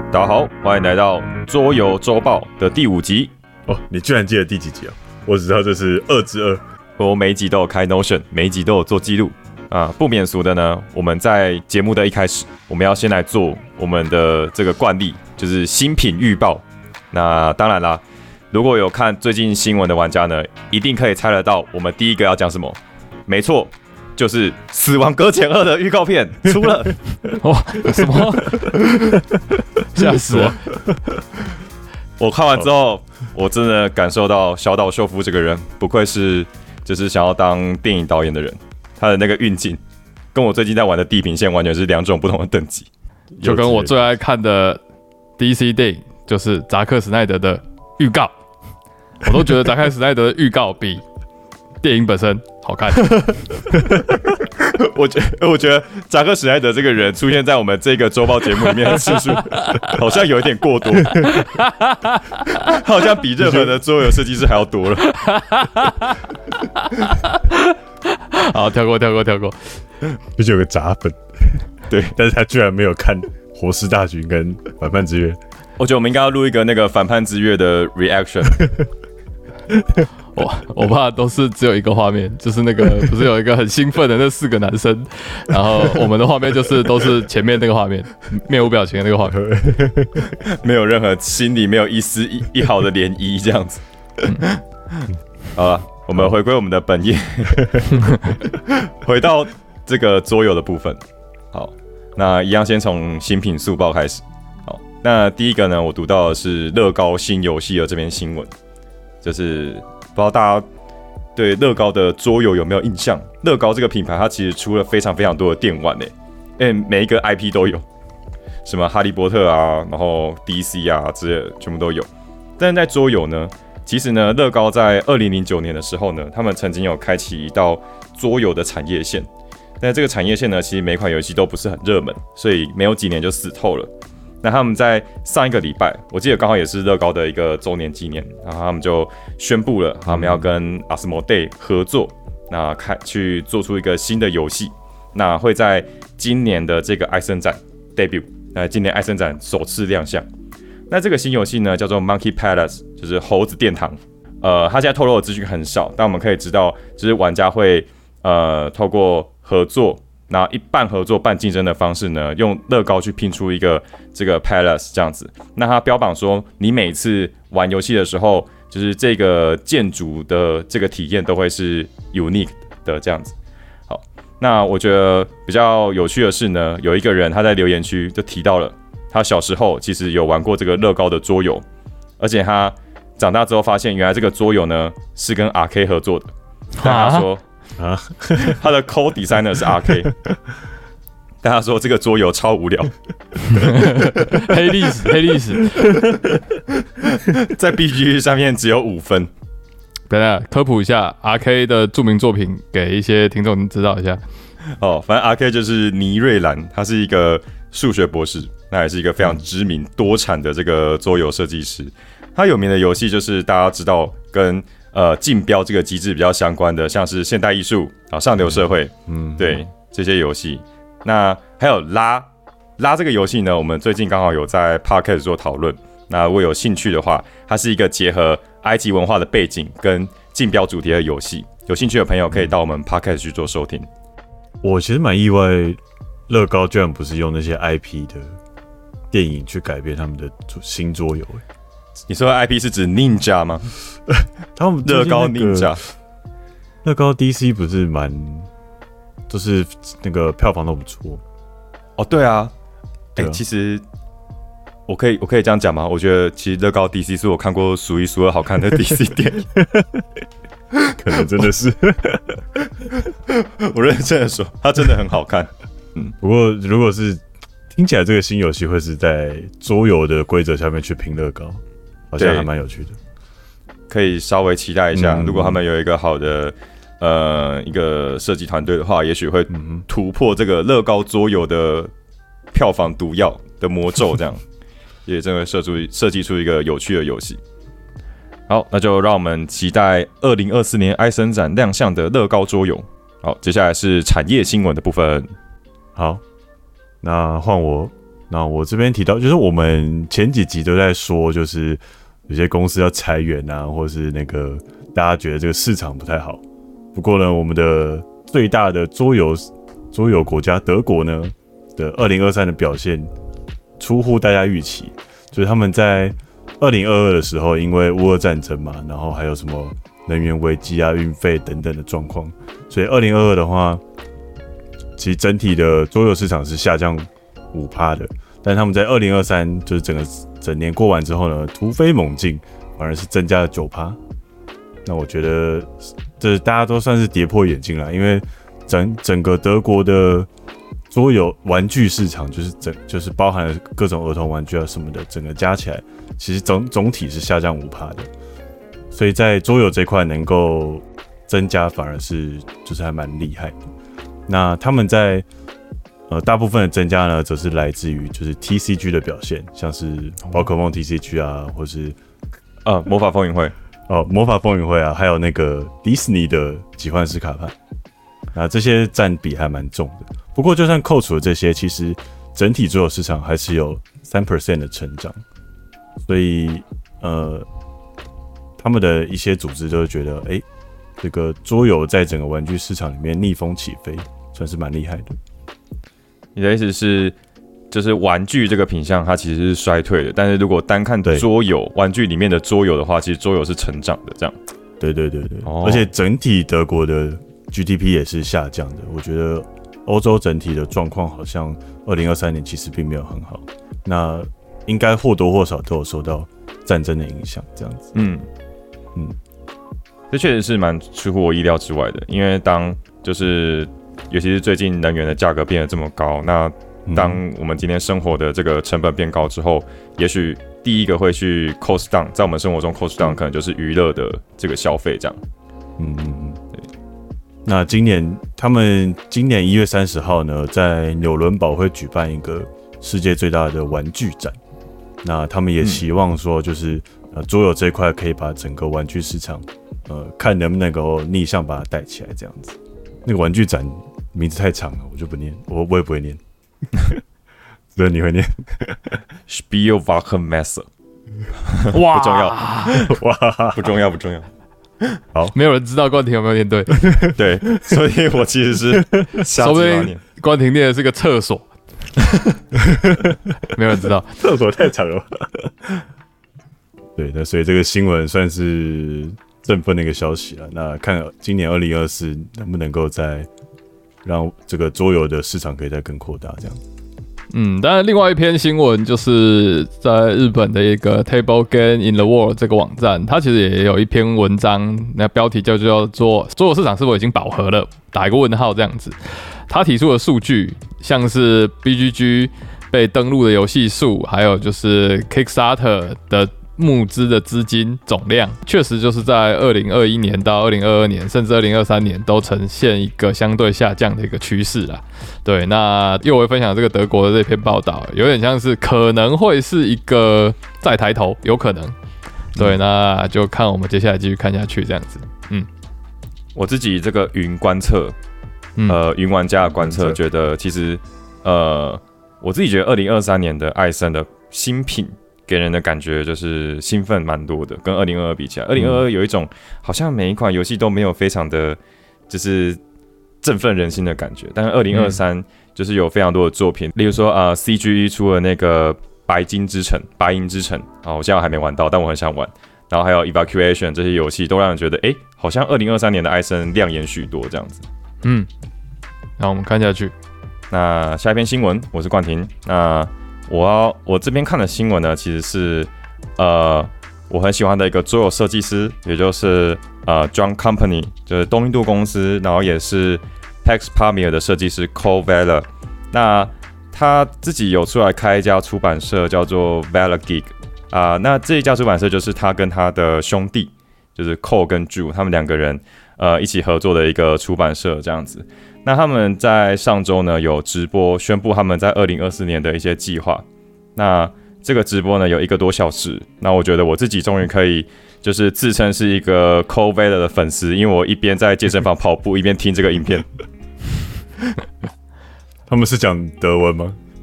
大家好，欢迎来到桌游周报的第5集。 哦，你居然记得第几集啊？我只知道这是2之2。 我每一集都有开 Notion， 每一集都有做记录啊。不免俗的呢，我们在节目的一开始，我们要先来做我们的这个惯例，就是新品预报。那当然啦，如果有看最近新闻的玩家呢，一定可以猜得到我们第一个要讲什么。没错，就是《死亡搁浅2》的预告片出了。 哇，什么？吓死我！ 我看完之后，我真的感受到小岛秀夫这个人不愧是就是想要当电影导演的人，他的那个运镜跟我最近在玩的《地平线》完全是2种不同的等级。 就跟我最爱看的 DC 电影，就是扎克史奈德的预告，我都觉得扎克史奈德的预告比电影本身好看。 我觉得扎克史奈德这个人出现在我们这个周报节目里面的次数，好像有一点过多，他好像比任何的桌游设计师还要多了。 好，跳过。 就是有个杂粉， 对， 但是他居然没有看《活尸大军》跟《反叛之月》。 我觉得我们应该要录一个那个《反叛之月》的 reaction。 我怕都是只有一个画面，就是那个不是有一个很兴奋的那4个男生，然后我们的画面就是都是前面那个画面，面无表情的那个画面， 没有任何心里没有一丝一毫的涟漪这样子。好了，我们回归我们的本业，回到这个桌游的部分。好，那一样先从新品速报开始。好，那第一个呢，我读到的是乐高新游戏的这篇新闻，就是不知道大家对乐高的桌游有没有印象？乐高这个品牌它其实出了非常非常多的电玩每一个 IP 都有，什么哈利波特啊，然后 DC 啊之类的全部都有。但是在桌游呢，其实呢，乐高在2009年的时候呢，他们曾经有开启一道桌游的产业线。但这个产业线呢，其实每款游戏都不是很热门，所以没有几年就死透了。那他们在上一个礼拜，我记得刚好也是乐高的一个周年纪念，然后他们就宣布了，他们要跟 Asmodee 合作，那去做出一个新的游戏，那会在今年的这个艾森展 debut， 今年艾森展首次亮相。那这个新游戏呢，叫做 Monkey Palace， 就是猴子殿堂。它现在透露的资讯很少，但我们可以知道，就是玩家会透过合作。那半合作半竞争的方式呢，用乐高去拼出一个这个 Palace 这样子。那它标榜说，你每次玩游戏的时候，就是这个建筑的这个体验都会是 unique 的这样子。好，那我觉得比较有趣的是呢，有一个人他在留言区就提到了，他小时候其实有玩过这个乐高的桌游，而且他长大之后发现，原来这个桌游呢是跟 RK 合作的。但他说。他的 code designer 是 RK， 但他说这个桌游超无聊， 黑历史， 在 BGG 上面只有5分。 等下科普一下 RK 的著名作品，给一些听众知道一下。 哦，反正 RK 就是倪瑞兰，他是一个数学博士，那也是一个非常知名多产的这个桌游设计师。他有名的游戏就是大家知道跟竞标这个机制比较相关的，像是现代艺术啊、上流社会，对这些游戏。那还有拉这个游戏呢，我们最近刚好有在 Podcast 做讨论。那如果有兴趣的话，它是一个结合埃及文化的背景跟竞标主题的游戏。有兴趣的朋友可以到我们 Podcast 去做收听。 我其实蛮意外，乐高居然不是用那些 IP 的电影去改编他们的新桌游。 你说的 IP 是指 Ninja 吗？ 他们乐高 Ninja， 乐高 DC 不是蛮，就是那个票房都不错。 哦，对啊，其实我可以这样讲吗？我觉得其实乐高 DC 是我看过数1数2好看的 DC 电影， 可能真的是。 我认真的说，它真的很好看。 不过如果是听起来这个新游戏会是在桌游的规则下面去拼乐高。好像还蛮有趣的， 可以稍微期待一下。如果他们有一个好的一个设计团队的话，也许会突破这个乐高桌游的票房毒药的魔咒，这样也真的设计出一个有趣的游戏。好，那就让我们期待2024年埃森展亮相的乐高桌游。好，接下来是产业新闻的部分。 好，那换我那我这边提到，就是我们前几集都在说，就是有些公司要裁员啊，或是那个大家觉得这个市场不太好。不过呢，我们的最大的桌游国家德国呢的2023的表现出乎大家预期，就是他们在2022的时候，因为乌俄战争嘛，然后还有什么能源危机啊、运费等等的状况，所以2022的话，其实整体的桌游市场是下降5%的，但他们在2023就是整年过完之后呢，突飞猛进，反而是增加了9%。那我觉得这大家都算是跌破眼镜了，因为整个德国的桌游玩具市场就是包含了各种儿童玩具啊什么的，整个加起来其实总体是下降5%的，所以在桌游这块能够增加，反而是就是还蛮厉害的。那他们在大部分的增加呢，则是来自于就是 TCG 的表现，像是宝可梦 TCG 啊，或是魔法风云会魔法风云会啊，还有那个迪士尼的奇幻式卡牌，那这些占比还蛮重的。不过就算扣除了这些，其实整体桌游市场还是有3% 的成长，所以他们的一些组织都觉得，这个桌游在整个玩具市场里面逆风起飞，算是蛮厉害的。 你的意思是，就是玩具这个品项它其实是衰退的，但是如果单看桌游玩具里面的桌游的话，其实桌游是成长的，这样。 对，而且整体德国的 GDP 也是下降的。我觉得欧洲整体的状况好像2023年其实并没有很好，那应该或多或少都有受到战争的影响，这样子。 这确实是蛮出乎我意料之外的，因为尤其是最近能源的价格变得这么高，那当我们今天生活的这个成本变高之后，也许第一个会去 cost down， 在我们生活中 cost down 可能就是娱乐的这个消费这样。 对。那他们今年1月30号呢，在纽伦堡会举办一个世界最大的玩具展，那他们也希望说，就是桌游这一块可以把整个玩具市场，看能不能够逆向把它带起来，这样子。那个玩具展名字太长了，我就不念，我也不会念。所以你会念 Spielwarenmesse 哇， 不重要，哇，不重要。 好， 没有人知道冠廷有没有念对。 对，所以我其实是说不定冠廷念的是个厕所，没有人知道， 厕所太长了。对，那所以这个新闻算是振奋的一个消息了。那看今年2024能不能够再让这个桌游的市场可以再更扩大，这样。 当然，另外一篇新闻就是在日本的一个 Table Game in the World 这个网站，它其实也有一篇文章，那标题叫做“桌游市场是否已经饱和了”，打一个问号这样子。他提出的数据，像是 BGG 被登录的游戏数，还有就是 Kickstarter 的募资的资金总量，确实就是在2021年到2022年，甚至2023年都呈现一个相对下降的一个趋势啦。对，那又会分享这个德国的这篇报道，有点像是可能会是一个再抬头，有可能。对，那就看我们接下来继续看下去这样子。 我自己这个云观测，云玩家的观测，觉得其实我自己觉得2023年的艾森的新品给人的感觉就是兴奋蛮多的，跟2022比起来，2022有一种好像每一款游戏都没有非常的就是振奋人心的感觉，但是2023就是有非常多的作品，例如说CGE 出了那个白银之城我现在还没玩到，但我很想玩。然后还有 Evacuation 这些游戏都让人觉得，好像2023年的艾森亮眼许多这样子。 那我们看下去。 那下一篇新闻，我是冠廷。那我这边看的新闻呢，其实是我很喜欢的一个桌游设计师，也就是John Company， 就是东印度公司，然后也是 Pax Pamir 的设计师 Cole Vela。那他自己有出来开一家出版社，叫做 Vela Geek。那这一家出版社就是他跟他的兄弟，就是 Cole 跟 Drew 他们两个人一起合作的一个出版社这样子。那他们在上周呢有直播宣布他们在2024年的一些计划。那这个直播呢有1个多小时。那我觉得我自己终于可以就是自称是一个 Cole Vela 的粉丝，因为我一边在健身房跑步一边听这个影片。 他们是讲德文吗？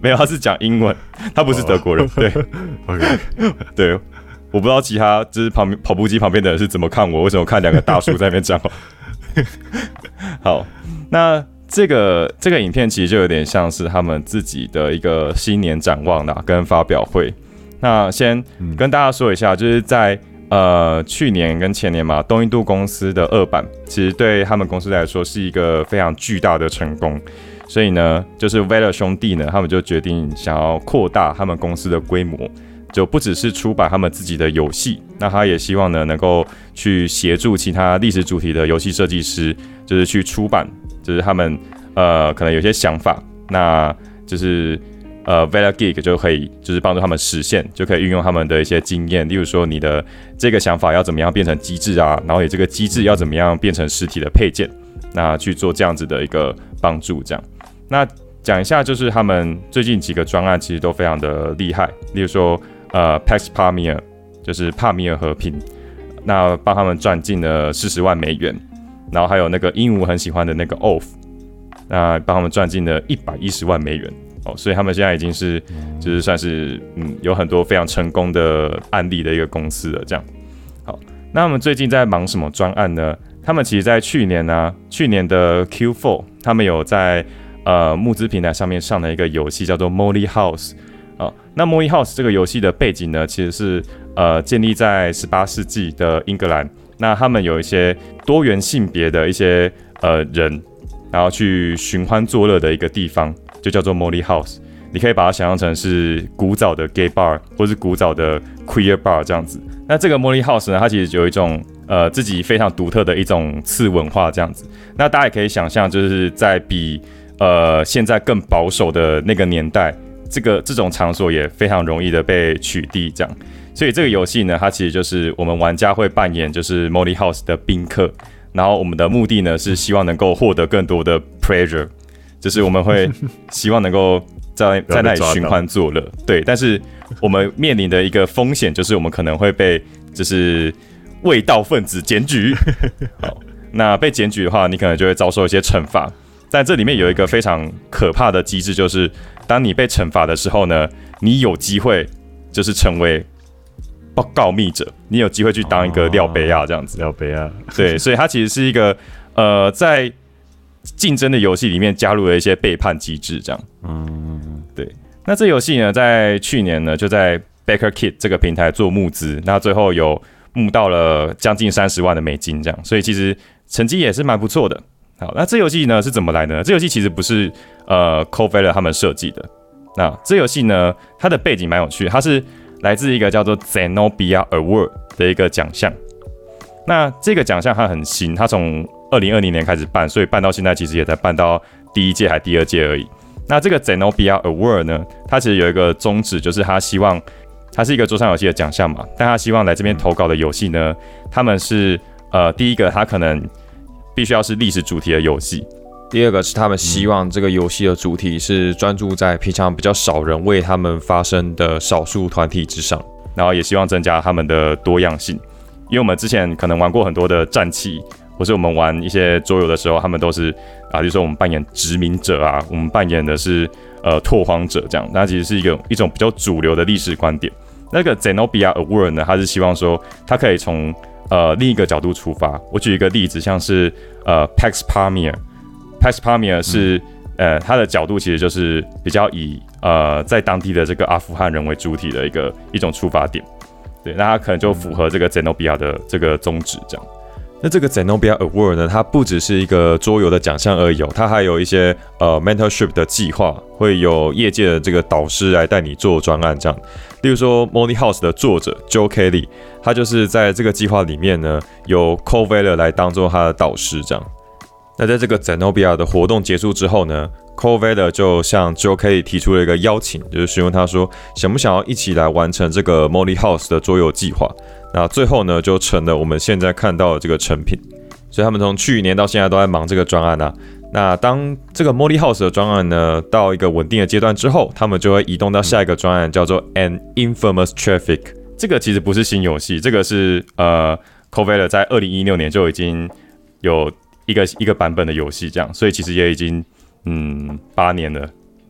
没有，他是讲英文，他不是德国人。对 ，OK， 对，我不知道其他就是跑步机旁边的人是怎么看我，为什么看两个大叔在那边讲话？好，那这个影片其实就有点像是他们自己的一个新年展望啦，跟发表会。那先跟大家说一下，就是在去年跟前年嘛，东印度公司的2版，其实对他们公司来说是一个非常巨大的成功。所以呢，就是 Weller 兄弟呢，他们就决定想要扩大他们公司的规模，就不只是出版他们自己的游戏，那他也希望呢能够去协助其他历史主题的游戏设计师，就是去出版，就是他们可能有些想法，那就是Weller Geek 就可以就是帮助他们实现，就可以运用他们的一些经验，例如说你的这个想法要怎么样变成机制啊，然后你这个机制要怎么样变成实体的配件，那去做这样子的一个帮助，这样。那讲一下，就是他们最近几个专案其实都非常的厉害，例如说Pax Pamir 就是帕米尔和平，那帮他们赚进了40万美元，然后还有那个鹦鹉很喜欢的那个 Oath， 那帮他们赚进了110万美元哦，所以他们现在已经是就是算是有很多非常成功的案例的一个公司了，这样。好，那他们最近在忙什么专案呢？他们其实在去年的 Q4， 他们有在募资平台上面上了一个游戏叫做 Molly House。那 Molly House 这个游戏的背景呢，其实是建立在18世纪的英格兰。那他们有一些多元性别的一些人，然后去寻欢作乐的一个地方，就叫做 Molly House。你可以把它想象成是古早的 gay bar 或是古早的 queer bar 这样子。那这个 Molly House 呢，它其实有一种自己非常独特的一种次文化这样子。那大家也可以想象，就是在比现在更保守的那个年代，这种场所也非常容易的被取缔，这样。所以这个游戏呢，它其实就是我们玩家会扮演就是 Molly House 的宾客，然后我们的目的呢是希望能够获得更多的 pleasure， 就是我们会希望能够在那里寻欢作乐，对。但是我们面临的一个风险就是我们可能会被就是卫道分子检举，好，那被检举的话，你可能就会遭受一些惩罚。但这里面有一个非常可怕的机制，就是当你被惩罚的时候呢，你有机会就是成为告密者，你有机会去当一个廖杯亚这样子。 廖杯亚， 对，所以它其实是一个在竞争的游戏里面加入了一些背叛机制，这样。对。那这游戏呢，在去年呢就在 Baker Kit 这个平台做募资，那最后有募到了将近30万的美金，这样，所以其实成绩也是蛮不错的。好，那这游戏呢是怎么来的呢？这游戏其实不是Cole Weller 他们设计的。那这游戏呢，它的背景蛮有趣的，它是来自一个叫做 Zenobia Award 的一个奖项。那这个奖项它很新，它从2020年开始办，所以办到现在其实也才办到第1届还第2届而已。那这个 Zenobia Award 呢，它其实有一个宗旨，就是它希望它是一个桌上游戏的奖项嘛，但它希望来这边投稿的游戏呢，他们是第一个，它可能必须要是历史主题的游戏。 第二个是他们希望这个游戏的主题是专注在平常比较少人为他们发声的少数团体之上， 然后也希望增加他们的多样性。因为我们之前可能玩过很多的战棋，或是我们玩一些桌游的时候，他们都是比如说我们扮演殖民者啊，我们扮演的是拓荒者这样，那其实是一种比较主流的历史观点。那个 Zenobia Award 呢，他是希望说他可以从另一个角度出发。我举一个例子，像是Pax Pamir。Pax Pamir 是它的角度其实就是比较以在当地的这个阿富汗人为主体的一种出发点，对，那它可能就符合这个 Zenobia 的这个宗旨这样。 那这个 Zenobia Award 呢，它不只是一个桌游的奖项而已哦，它还有一些mentorship 的计划，会有业界的这个导师来带你做专案这样。例如说 Molly House 的作者 Joe Kelly， 他就是在这个计划里面呢，由 Cole Weller 来当做他的导师这样。那在这个 Zenobia 的活动结束之后呢， Cole Weller 就向 Joe Kelly 提出了一个邀请，就是询问他说想不想要一起来完成这个 Molly House 的桌游计划。那最后呢，就成了我们现在看到的这个成品。所以他们从去年到现在都在忙这个专案啊。那当这个 Molly House 的专案呢到一个稳定的阶段之后，他们就会移动到下一个专案，叫做 An Infamous Traffic。 这个其实不是新游戏，这个是Cole Weller 在2016年就已经有一个版本的游戏，这样，所以其实也已经8年了。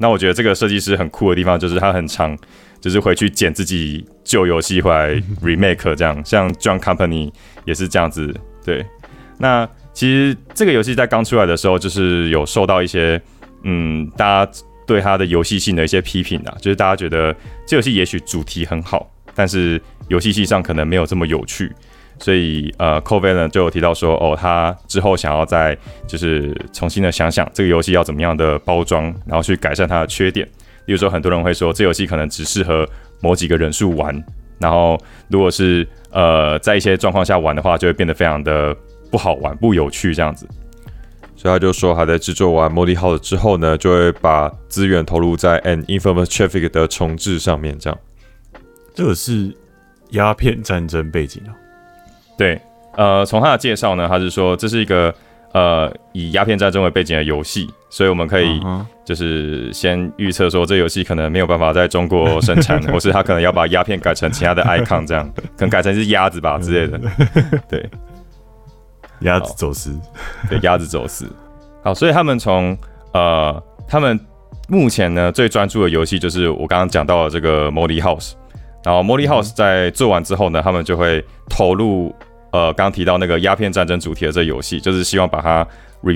那我觉得这个设计师很酷的地方就是他很常就是回去捡自己旧游戏回来 remake 这样，像 John Company 也是这样子。对，那其实这个游戏在刚出来的时候，就是有受到一些大家对它的游戏性的一些批评啊，就是大家觉得这游戏也许主题很好，但是游戏性上可能没有这么有趣。所以Covalent 就有提到说，他之后想要再就是重新的想想这个游戏要怎么样的包装，然后去改善它的缺点。例如说，很多人会说这游戏可能只适合某几个人数玩，然后如果是在一些状况下玩的话，就会变得非常的不好玩、不有趣这样子。所以他就说，他在制作完 Moldy House 之后呢，就会把资源投入在 An Infamous Traffic 的重置上面，这样。 这个是鸦片战争背景啊。 对，从他的介绍呢，他是说这是一个以鸦片战争为背景的游戏，所以我们可以就是先预测说这游戏可能没有办法在中国生产，或是他可能要把鸦片改成其他的 icon 这样，可能改成是鸭子吧之类的。对， 鸭子走私， 对，鸭子走私。好，所以他们从他们目前呢最专注的游戏就是我刚刚讲到的这个 Moldy House。然后 Moldy House 在做完之后呢，他们就会投入刚刚提到那个鸦片战争主题的这个游戏，就是希望把它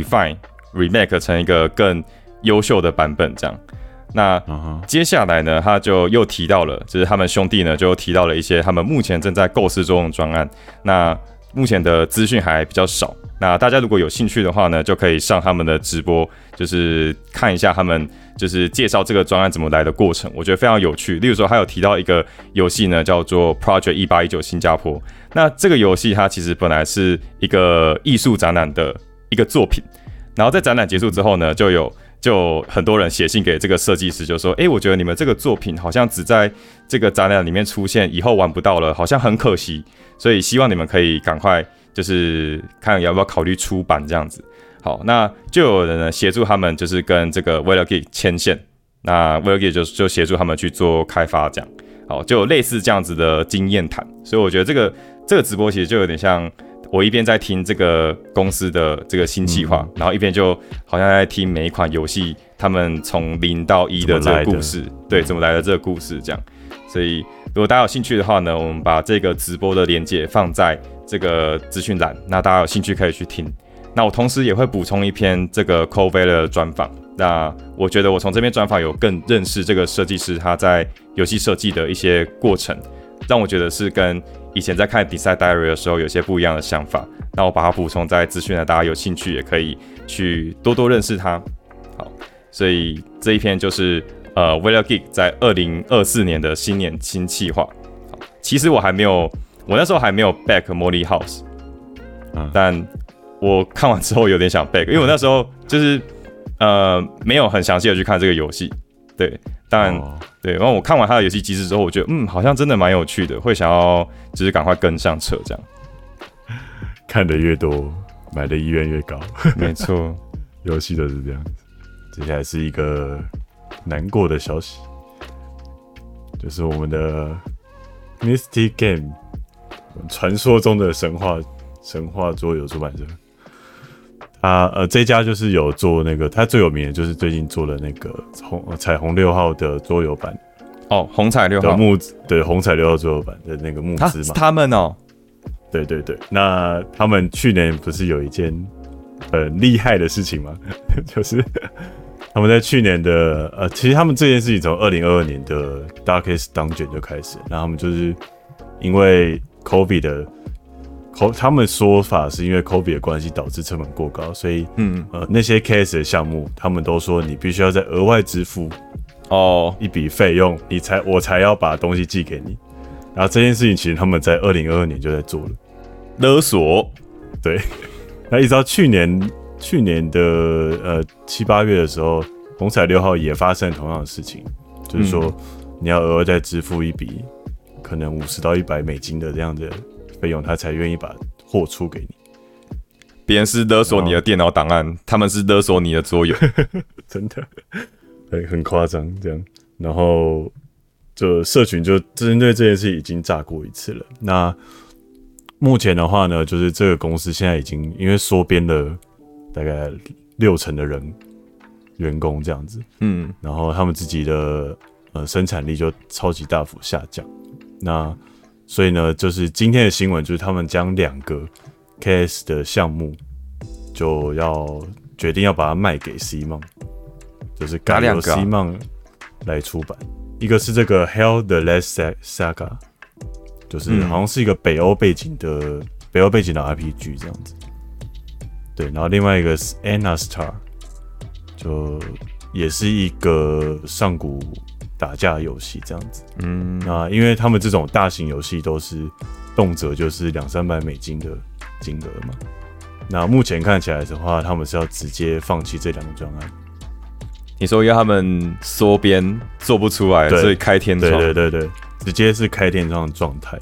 remake 成一个更优秀的版本这样。那接下来呢，他就又提到了，就是他们兄弟呢就提到了一些他们目前正在构思中的专案。那目前的资讯还比较少，那大家如果有兴趣的话呢，就可以上他们的直播，就是看一下他们就是介绍这个专案怎么来的过程，我觉得非常有趣。例如说，还有提到一个游戏呢，叫做 Project 1819新加坡。那这个游戏它其实本来是一个艺术展览的一个作品，然后在展览结束之后呢，就很多人写信给这个设计师，就说：“我觉得你们这个作品好像只在这个展览里面出现，以后玩不到了，好像很可惜。所以希望你们可以赶快，就是看要不要考虑出版这样子。”好，那就有人呢协助他们，就是跟这个 WeLogit 牵线，那 WeLogit 就协助他们去做开发，这样。好，就有类似这样子的经验谈。所以我觉得这个直播其实就有点像。我一边在听这个公司的这个新计划，然后一边就好像在听每一款游戏他们从0到1的这个故事，对，怎么来的这个故事这样。所以如果大家有兴趣的话呢，我们把这个直播的连结放在这个资讯栏，那大家有兴趣可以去听。那我同时也会补充一篇这个 Covalent 的专访。那我觉得我从这篇专访有更认识这个设计师他在游戏设计的一些过程，让我觉得是跟以前在看 Design Diary 的时候有些不一样的想法，那我把它补充在资讯栏，大家有兴趣也可以去多多认识它。好，所以这一篇就是WeLogit 在2024年的新年新企划。其实我那时候还没有 back Moldy House，但我看完之后有点想 back， 因为我那时候就是没有很详细的去看这个游戏，对。但对，然后我看完他的游戏机制之后，我觉得好像真的蛮有趣的，会想要就是赶快跟上车这样。 看的越多，买的意愿越高。 没错， 游戏都是这样子。接下来是一个难过的消息，就是我们的 Mystic Game 传说中的神话桌游出版社。这家就是有做那个，他最有名的就是最近做了那个彩虹6号的桌游版。 哦，红彩6号对，红彩6号桌游版的那个募资嘛。 是他们哦。 对对对，那他们去年不是有一件很厉害的事情吗？就是他们在去年的其实他们这件事情从2022年的 Darkest Dungeon 就开始，然后他们就是因为 COVID 的。他们说法是因为 COVID 的关系导致成本过高，所以那些 case 的项目，他们都说你必须要再额外支付一笔费用，我才要把东西寄给你。然后这件事情其实他们在2022年就在做了勒索， 对。那一直到去年的7、8月的时候，红彩6号也发生同样的事情，就是说你要额外再支付一笔可能$50到$100的这样的费用，他才愿意把货出给你。 别人是勒索你的电脑档案，他们是勒索你的桌游， 真的很夸张这样。然后就社群就针对这件事已经炸过一次了。那目前的话呢，就是这个公司现在已经因为缩编了大概60%的人， 员工这样子， 嗯， 然后他们自己的生产力就超级大幅下降。那所以呢，就是今天的新闻就是他们将2个 KS 的项目就要决定要把它卖给 CMON， 就是改由 CMON 来出版。一个是这个 Hell the Last Saga， 就是好像是一个北欧背景的 RPG 这样子。对，然后另外一个是 Anastar， 就也是一个上古打架游戏这样子。那因为他们这种大型游戏都是动辄就是$200-300的金额嘛。那目前看起来的话，他们是要直接放弃这2个专案。 你说要他们缩编做不出来，所以开天窗。 对，直接是开天窗的状态。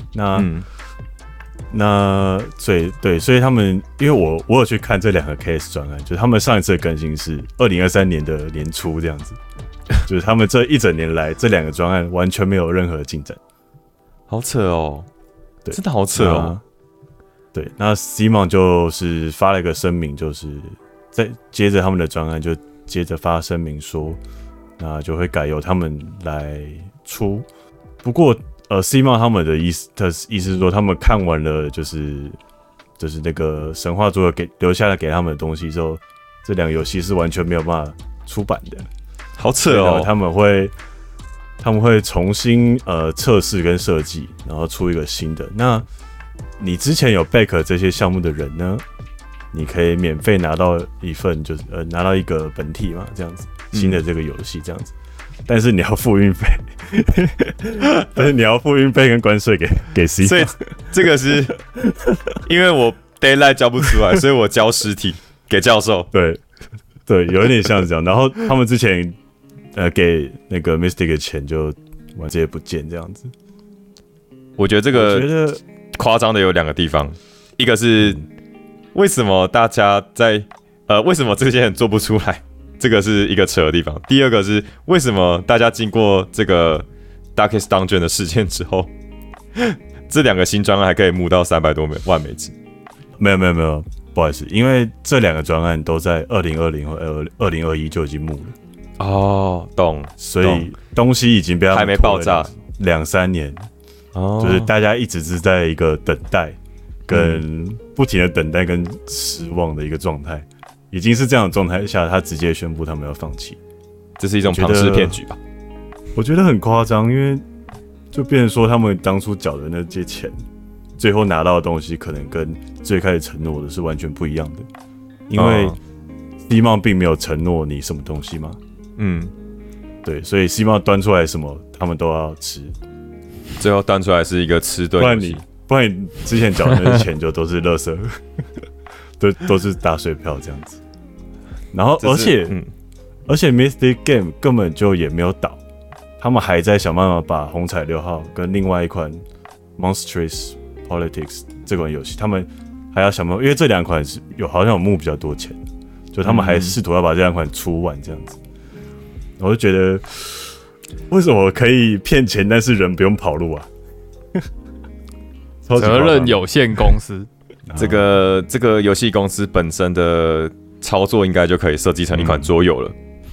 所以他们，因为我有去看这2个 KS 专案，就是他们上一次的更新是2023年的年初这样子，就是他们这一整年来这2个专案完全没有任何进展， 好扯哦， 对， 真的好扯哦。 对，那 CMON 就是发了一个声明，就是在接着他们的专案就接着发声明说，那就会改由他们来出。不过CMON 他们的意思是说，他们看完了就是那个神话作者留下来给他们的东西之后，这2个游戏是完全没有办法出版的。 好扯哦！ 他们会重新测试跟设计，然后出一个新的。那你之前有 back 这些项目的人呢，你可以免费拿到一份，就是拿到一个本体嘛，这样子新的这个游戏这样子。但是你要付运费，但是你要付运费跟关税给 C， 所以这个是因为我 deadline 交不出来，所以我交实体给教授。 对，有一点像这样。然后他们之前给那个 Mystic 的钱就直接不见这样子。 我觉得这个夸张的有2个地方，一个是为什么大家在为什么这些人做不出来，这个是一个扯的地方。第二个是为什么大家经过这个 Darkest Dungeon 的事件之后，这2个新专案还可以募到$300多万美金？ 没有，不好意思，因为这2个专案都在2020或2021就已经募了。 哦，懂。 所以东西已经被他们还没爆炸 2-3年。就是大家一直是在一个等待，跟不停的等待跟失望的一个状态，已经是这样的状态下，他直接宣布他们要放弃， 这是一种庞氏骗局吧？ 我觉得很夸张，因为就变成说他们当初缴的那些钱，最后拿到的东西可能跟最开始承诺的是完全不一样的，因为CMON并没有承诺你什么东西嘛，对，所以CMON端出来什么，他们都要吃。 最后端出来是一个吃顿游戏， 不然你之前缴的那些钱就都是垃圾，都是打水漂这样子。然后而且 Mystic Game 根本就也没有倒，他们还在想办法把红彩6号跟另外一款 Monstrous Politics 这款游戏，他们还要想办法，因为这2款好像有募比较多钱，就他们还试图要把这2款出完这样子。我就觉得，为什么可以骗钱，但是人不用跑路啊？ 责任有限公司， 这个游戏公司本身的操作应该就可以设计成一款桌游了。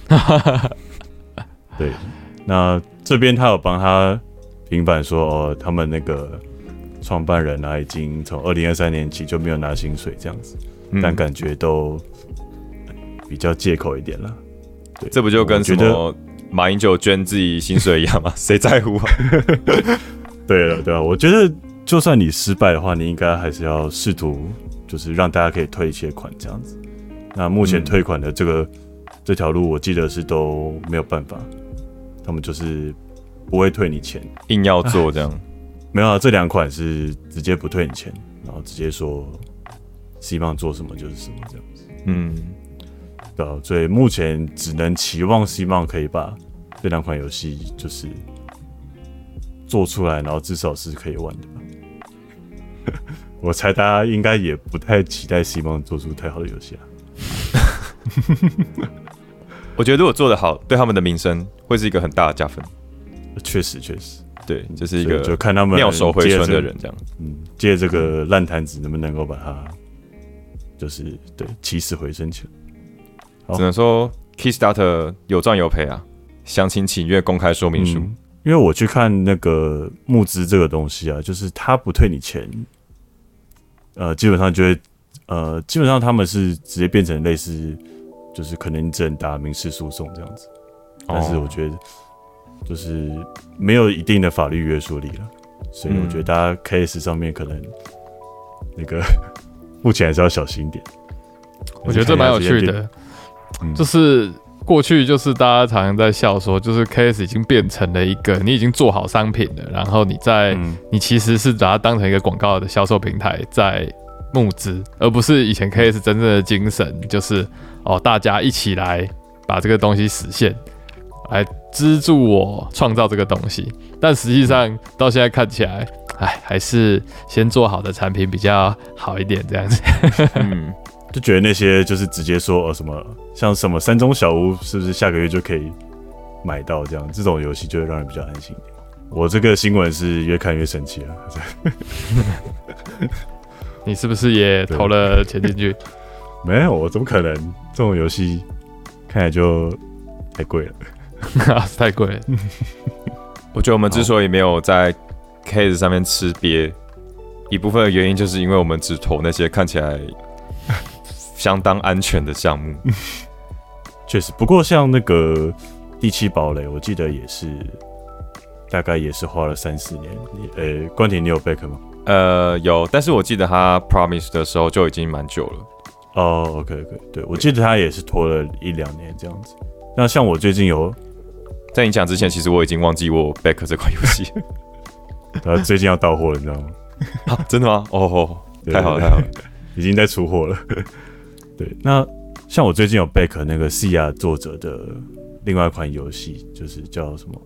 对，那这边他有帮他平反说，他们那个创办人啊，已经从2023年起就没有拿薪水这样子，但感觉都比较借口一点啦。对， 这不就跟什么马英九捐自己薪水一样吗？谁在乎啊？ 对了，我觉得就算你失败的话，你应该还是要试图就是让大家可以退一些款这样子。那目前退款的这条路，我记得是都没有办法，他们就是不会退你钱， 硬要做这样。 没有啊，这2款是直接不退你钱，然后直接说希望做什么就是什么这样子。对啊，所以目前只能期望希望可以把这2款游戏就是做出来，然后至少是可以玩的吧。我猜大家应该也不太期待希望做出太好的游戏啊。 我觉得如果做得好，对他们的名声会是一个很大的加分。 确实， 对，就是一个就看他们妙手回春的人这样。 借这个烂摊子能不能够把它就是对起死回生起来。 只能说 Kickstarter 有赚有赔啊，详情请阅公开说明书。 因为我去看那个募资这个东西啊，就是他不退你钱，基本上就会，基本上他们是直接变成类似，就是可能你只能打民事诉讼这样子。但是我觉得就是没有一定的法律约束力了，所以我觉得大家 case 上面可能那个目前还是要小心一点。 我觉得这蛮有趣的，就是过去就是大家常常在笑说，就是 KS 已经变成了一个你已经做好商品了，然后你其实是把它当成一个广告的销售平台在募资，而不是以前 KS 真正的精神，就是大家一起来把这个东西实现，来资助我创造这个东西。但实际上到现在看起来，还是先做好的产品比较好一点这样子。 就觉得那些就是直接说什么像什么山中小屋是不是下个月就可以买到这种游戏就会让人比较安心一点。我这个新闻是越看越生气了。 你是不是也投了钱进去？ 没有，我怎么可能？这种游戏看起来就太贵了。 太贵了。 我觉得我们之所以没有在 case 上面吃瘪，一部分的原因就是因为我们只投那些看起来相当安全的项目。 确实，不过像那个第7堡垒，我记得也是大概也是花了3-4年。关婷，你有 back 吗？ 有，但是我记得他 promise 的时候就已经蛮久了。 OK， 对，我记得他也是拖了1-2年这样子。那像我最近有， 在你讲之前，其实我已经忘记我 back 这款游戏。 他最近要到货了，你知道吗？ 啊，真的吗？太好了，太好了， 已经在出货了。对，那像我最近有 back 那个 Sia 作者的另外一款游戏，就是叫什么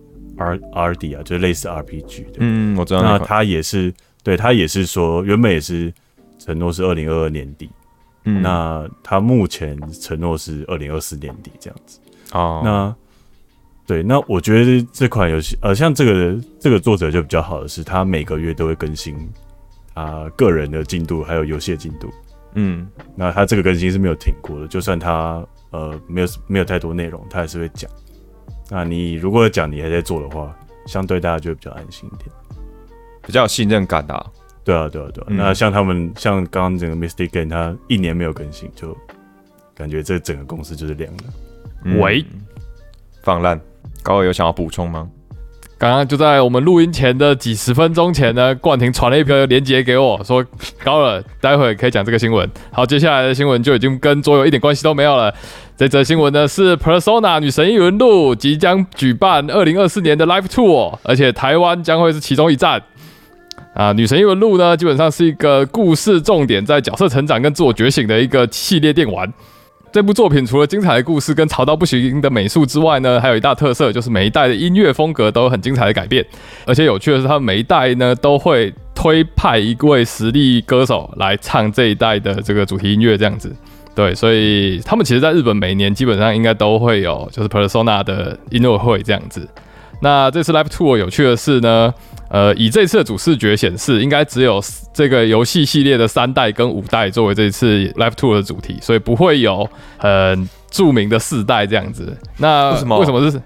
RD 啊，就是类似 RPG 的。 我知道。 那他也是，对，他也是说，原本也是承诺是2022年底，那他目前承诺是2024年底这样子。那对，那我觉得这款游戏，像这个作者就比较好的是，他每个月都会更新他个人的进度，还有游戏的进度。那他这个更新是没有停过的，就算他没有太多内容，他还是会讲。那你如果讲你还在做的话，相对大家就会比较安心一点， 比较有信任感的。 对啊。那像他们像刚刚整个 Mystic Game， 他1年没有更新，就感觉这整个公司就是凉了。 喂， 放烂，高尔有想要补充吗？ 刚刚就在我们录音前的几十分钟前呢，冠廷传了一个连结给我，说高尔待会可以讲这个新闻。好，接下来的新闻就已经跟桌游一点关系都没有了。这则新闻呢是 Persona 女神异闻录即将举办2024年的 Live Tour， 而且台湾将会是其中一站。女神异闻录呢基本上是一个故事重点在角色成长跟自我觉醒的一个系列电玩。这部作品除了精彩的故事跟潮到不行的美术之外呢，还有一大特色就是每一代的音乐风格都有很精彩的改变，而且有趣的是，他们每一代呢都会推派一位实力歌手来唱这一代的这个主题音乐，这样子。对，所以他们其实在日本每年基本上应该都会有就是 Persona 的音乐会这样子。那这次 Live Tour 有趣的是呢，以这次的主视觉显示，应该只有这个游戏系列的3代跟5代作为这次 Live Tour 的主题，所以不会有很著名的4代这样子。那为什么是？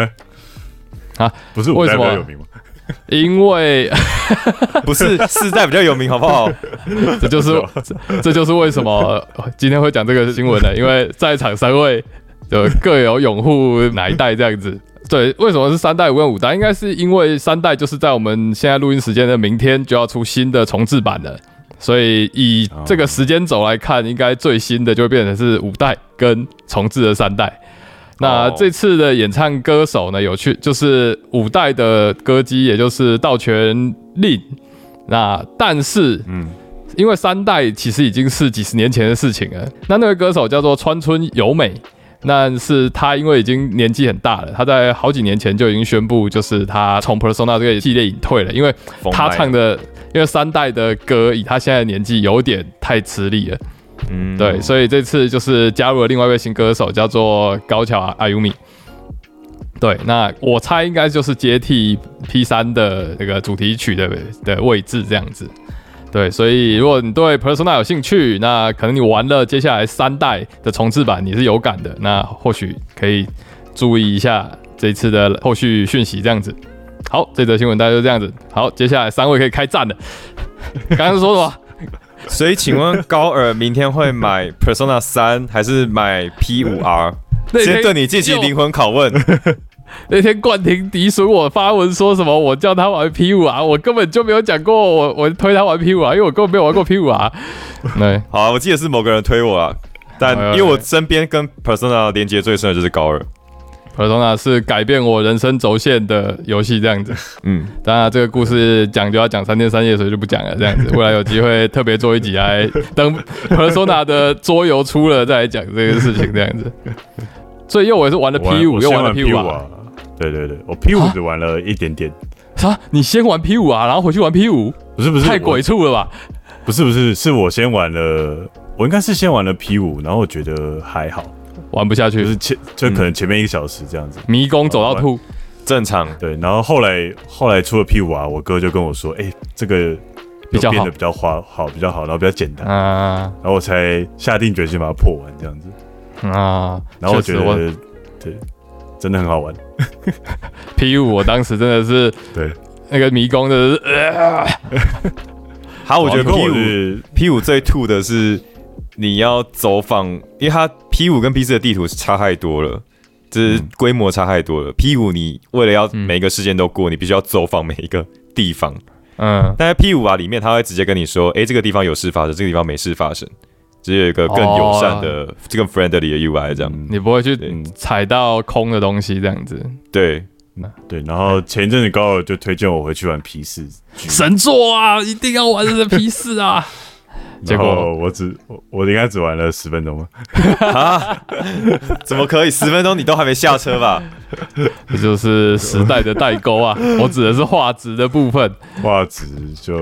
不是5代比较有名吗？ 因为不是4代比较有名，好不好？ 这就是为什么今天会讲这个新闻呢？因为在场3位各有拥护哪一代这样子。对，为什么是3代跟5代？应该是因为3代就是在我们现在录音时间的明天就要出新的重制版了，所以以这个时间轴来看，应该最新的就会变成是5代跟重制的3代。那这次的演唱歌手呢，有趣就是5代的歌姬，也就是道泉令。但是因为3代其实已经是几十年前的事情了。那位歌手叫做川村由美。但是他因为已经年纪很大了，他在好几年前就已经宣布，就是他从 Persona 这个系列隐退了，因为他唱的，因为3代的歌以他现在的年纪有点太吃力了，对，所以这次就是加入了另外一位新歌手，叫做高桥阿yumi。对，那我猜应该就是接替 P3 的那个主题曲的位置这样子。 对，所以如果你对 Persona 有兴趣，那可能你玩了接下来3代的重置版，你是有感的，那或许可以注意一下这一次的后续讯息，这样子。好，这则新闻大概就这样子。好，接下来3位可以开战了。刚刚说什么？ 所以请问高尔明天会买 Persona 3还是买 P5R？ 先对你进行灵魂拷问。 那天冠廷敌损我发文说什么？我叫他玩 P5R， 我根本就没有讲过我推他玩 P5R， 因为我根本没有玩过 P5R。对， 好啊，我记得是某个人推我啊，但因为我身边跟 Persona 连接最深的就是高尔。 Persona 是改变我人生轴线的游戏，这样子。当然这个故事讲就要讲3天3夜，所以就不讲了。这样子，未来有机会特别做一集来等 Persona 的桌游出了再来讲这个事情，这样子。所以又我也是玩了 P5， 又玩了 P5R。 对，我 P5 只玩了一点点。 啥？你先玩 P5R， 然后回去玩 P5？ 不是， 太鬼畜了吧？ 不是，是我先玩了，我应该是先玩了 P5， 然后我觉得还好。玩不下去，就可能前面1个小时这样子， 迷宫走到吐， 正常。 对，然后后来出了 P5R， 我哥就跟我说，这个变得比较好，比较好，然后比较简单啊，然后我才下定决心把它破完这样子啊。然后我觉得对，真的很好玩。 P5 我当时真的是对那个迷宫的， 好，我觉得 P5 最吐的是。你要走访，因为它 P5 跟 P4 的地图差太多了，就是规模差太多了。P5 你为了要每一个事件都过，你必须要走访每一个地方。但在 P5 里面，它会直接跟你说，这个地方有事发生，这个地方没事发生，只有一个更友善的、更 friendly 的 UI 这样。 你不会去踩到空的东西这样子。 对，然后前一阵子高尔就推荐我回去玩 P4， 神作啊，一定要玩这个 P4 啊。 结果我应该只玩了10分钟啊？怎么可以10分钟你都还没下车吧？ 这就是时代的代沟啊！我指的是画质的部分， 画质就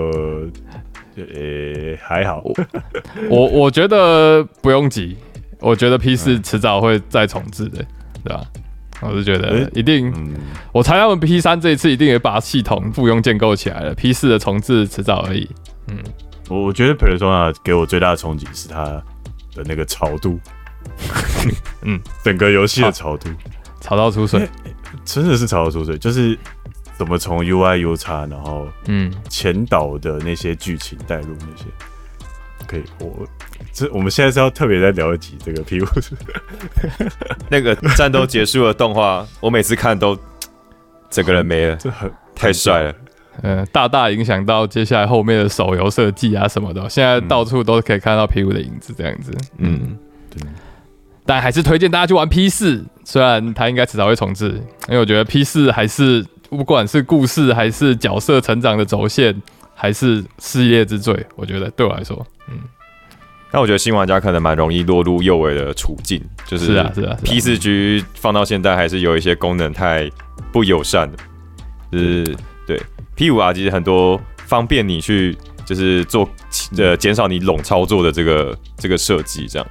还好。 我觉得不用急，我觉得 P4 迟早会再重置的，对吧？我是觉得一定，我猜他们 P3 这一次一定也把系统附庸建构起来了。P4 的重置迟早而已。 我觉得 Persona 给我最大的冲击是它的那个潮度，整个游戏的潮度， 潮到出水， 真的是潮到出水，就是怎么从 UI、UX， 然后前导的那些剧情带入那些，可以，我们现在是要特别再聊一集这个 P5， 那个战斗结束的动画，我每次看都整个人没了，太帅了。 大大影响到接下来后面的手游设计啊什么的，现在到处都可以看到 P5 的影子这样子。对。但还是推荐大家去玩 P4， 虽然它应该迟早会重置，因为我觉得 P4 还是不管是故事还是角色成长的轴线，还是系列之最，我觉得对我来说， 但我觉得新玩家可能蛮容易落入右尾的处境，就是P4G 放到现在还是有一些功能太不友善的，就是对。P5R 其实很多方便你去就是做减少你拢操作的这个设计这样，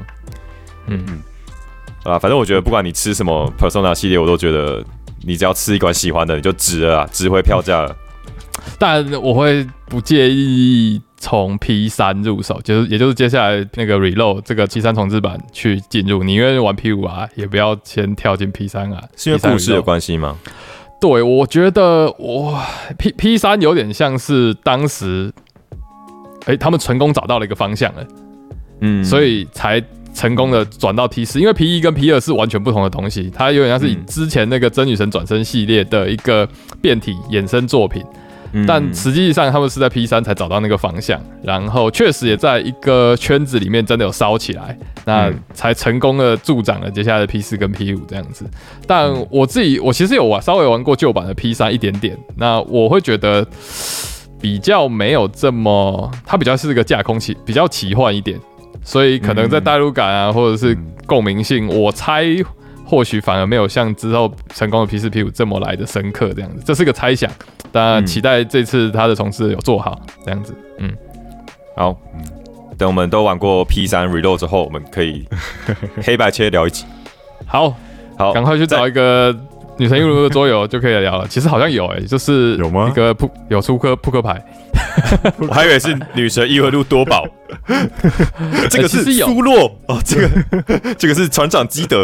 反正我觉得不管你吃什么 Persona 系列，我都觉得你只要吃一款喜欢的，你就值了啊，值回票价了。 但我会不介意从 P3 入手，也就是接下来那个 Reload 这个73重置版去进入，你愿意玩 P5R 也不要先跳进 P3 啊， 是因为故事的关系吗？ 对，我觉得P3 有点像是当时，他们成功找到了一个方向了，所以才成功的转到 P4， 因为 P1 跟 P2 是完全不同的东西，它有点像是以之前那个真女神转生系列的一个变体衍生作品，但实际上他们是在 P3 才找到那个方向，然后确实也在一个圈子里面真的有烧起来，那才成功的助长了接下来的 P4 跟 P5 这样子。但我其实有稍微玩过旧版的 P3 一点点，那我会觉得比较没有这么，它比较是个架空比较奇幻一点，所以可能在代入感啊或者是共鸣性，我猜或许反而没有像之后成功的 P4、P5 这么来的深刻这样子，这是个猜想。当然期待这次它的重置有做好这样子。 好，等我们都玩过 P3 Reload 之后，我们可以黑白切聊一集。 好，赶快去找一个女神异闻录的桌游就可以聊了。其实好像有就是有吗？ 一个有出扑克牌， 我还以为是女神异闻录多宝，这个是其实有苏洛哦，这个是船长基德，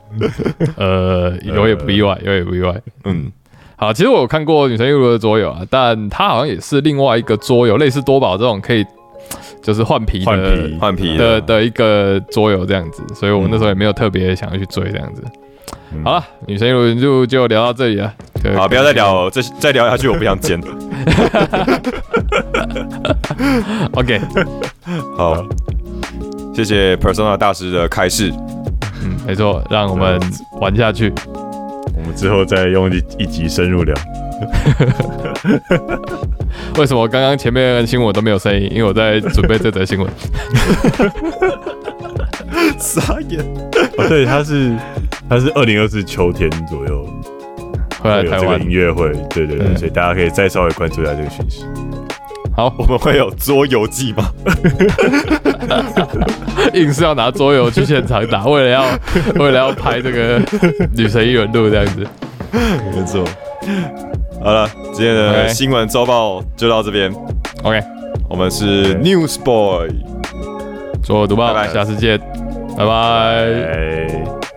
有也不意外，有也不意外。 嗯， 好，其实我有看过女神异闻录的桌游啊，但它好像也是另外一个桌游，类似多宝这种可以就是换皮的一个桌游这样子，所以我那时候也没有特别想要去追这样子。好了，女神异闻录就聊到这里了。 好，不要再聊，再聊下去我不想剪。 OK， 好，谢谢 Persona 大师的开示。 没错，让我们玩下去。 我们之后再用一集深入聊。 为什么刚刚前面的新闻都没有声音？因为我在准备这则新闻。 傻眼。 哦，对，他是2024秋天左右会来台湾有这个音乐会，对，所以大家可以再稍微关注一下这个讯息。 好， 我们会有桌游季吗？ 硬是要拿桌游去现场打，为了要拍这个女神异闻录这样子。 没错。好了，今天的新闻周报就到这边。 OK， 我们是 Newsboy， 桌游读报， 拜拜下次见，拜拜。